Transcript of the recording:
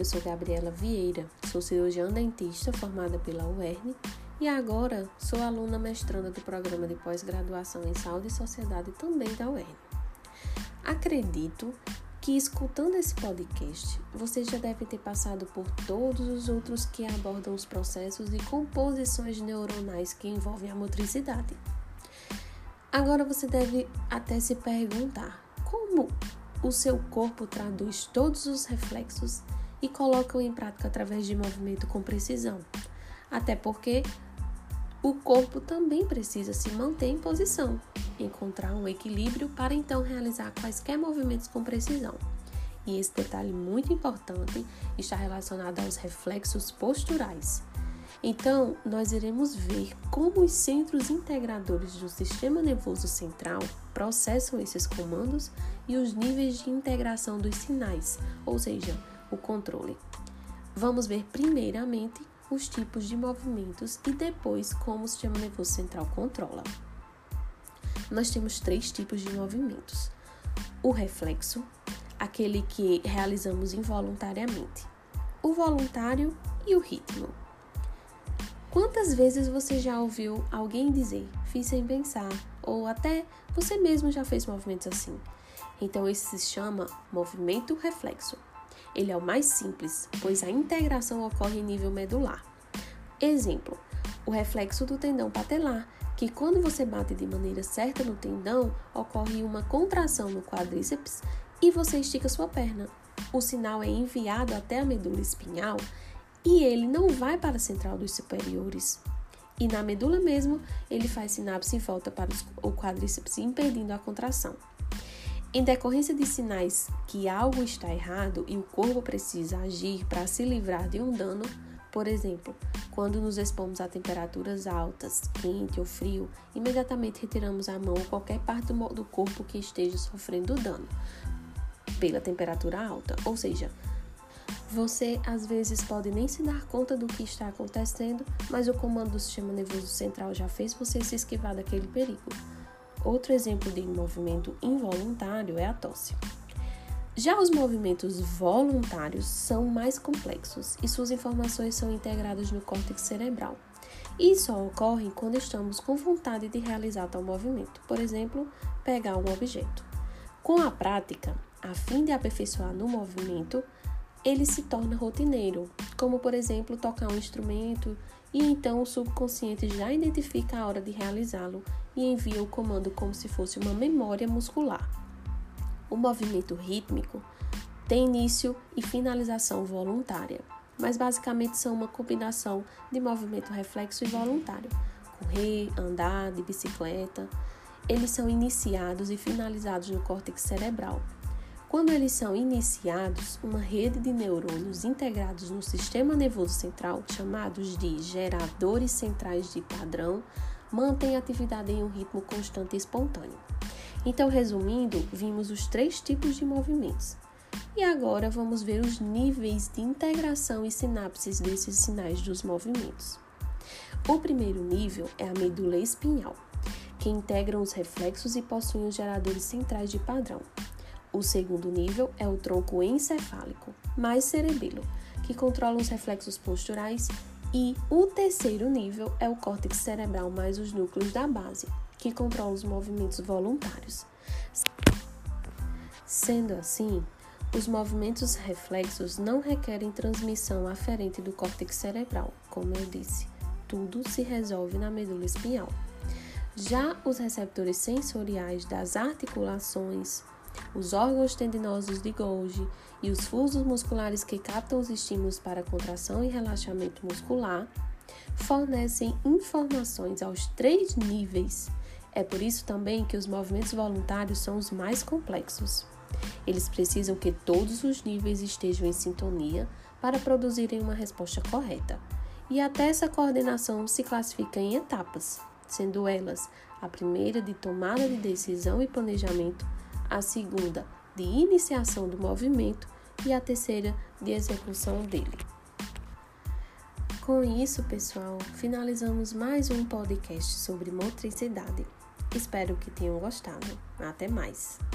eu sou Gabriela Vieira, sou cirurgiã dentista formada pela UERN e agora sou aluna mestranda do programa de pós-graduação em Saúde e Sociedade também da UERN. Acredito que escutando esse podcast, você já deve ter passado por todos os outros que abordam os processos e composições neuronais que envolvem a motricidade. Agora você deve até se perguntar como o seu corpo traduz todos os reflexos e coloca-o em prática através de movimento com precisão. Até porque o corpo também precisa se manter em posição, encontrar um equilíbrio para então realizar quaisquer movimentos com precisão. E esse detalhe muito importante está relacionado aos reflexos posturais. Então, nós iremos ver como os centros integradores do sistema nervoso central processam esses comandos e os níveis de integração dos sinais, ou seja, o controle. Vamos ver primeiramente os tipos de movimentos e depois como o sistema nervoso central controla. Nós temos 3 tipos de movimentos. O reflexo, aquele que realizamos involuntariamente. O voluntário e o ritmo. Quantas vezes você já ouviu alguém dizer, fiz sem pensar, ou até você mesmo já fez movimentos assim? Então esse se chama movimento reflexo. Ele é o mais simples, pois a integração ocorre em nível medular. Exemplo, o reflexo do tendão patelar, que quando você bate de maneira certa no tendão, ocorre uma contração no quadríceps e você estica sua perna. O sinal é enviado até a medula espinhal e ele não vai para a central dos superiores. E na medula mesmo, ele faz sinapse e volta para o quadríceps, impedindo a contração. Em decorrência de sinais que algo está errado e o corpo precisa agir para se livrar de um dano, por exemplo, quando nos expomos a temperaturas altas, quente ou frio, imediatamente retiramos a mão ou qualquer parte do corpo que esteja sofrendo dano pela temperatura alta, ou seja, você às vezes pode nem se dar conta do que está acontecendo, mas o comando do sistema nervoso central já fez você se esquivar daquele perigo. Outro exemplo de movimento involuntário é a tosse. Já os movimentos voluntários são mais complexos e suas informações são integradas no córtex cerebral. E só ocorrem quando estamos com vontade de realizar tal movimento, por exemplo, pegar um objeto. Com a prática, a fim de aperfeiçoar no movimento, ele se torna rotineiro, como por exemplo tocar um instrumento e então o subconsciente já identifica a hora de realizá-lo e envia o comando como se fosse uma memória muscular. O movimento rítmico tem início e finalização voluntária, mas basicamente são uma combinação de movimento reflexo e voluntário. Correr, andar, de bicicleta, eles são iniciados e finalizados no córtex cerebral. Quando eles são iniciados, uma rede de neurônios integrados no sistema nervoso central, chamados de geradores centrais de padrão, mantém a atividade em um ritmo constante e espontâneo. Então, resumindo, vimos os 3 tipos de movimentos. E agora vamos ver os níveis de integração e sinapses desses sinais dos movimentos. O primeiro nível é a medula espinhal, que integram os reflexos e possuem os geradores centrais de padrão. O segundo nível é o tronco encefálico, mais cerebelo, que controla os reflexos posturais. E o terceiro nível é o córtex cerebral mais os núcleos da base, que controla os movimentos voluntários. Sendo assim, os movimentos reflexos não requerem transmissão aferente do córtex cerebral, como eu disse. Tudo se resolve na medula espinhal. Já os receptores sensoriais das articulações, os órgãos tendinosos de Golgi e os fusos musculares que captam os estímulos para contração e relaxamento muscular fornecem informações aos 3 níveis. É por isso também que os movimentos voluntários são os mais complexos. Eles precisam que todos os níveis estejam em sintonia para produzirem uma resposta correta. E até essa coordenação se classifica em etapas, sendo elas a primeira de tomada de decisão e planejamento, a segunda de iniciação do movimento e a terceira de execução dele. Com isso, pessoal, finalizamos mais um podcast sobre motricidade. Espero que tenham gostado. Até mais!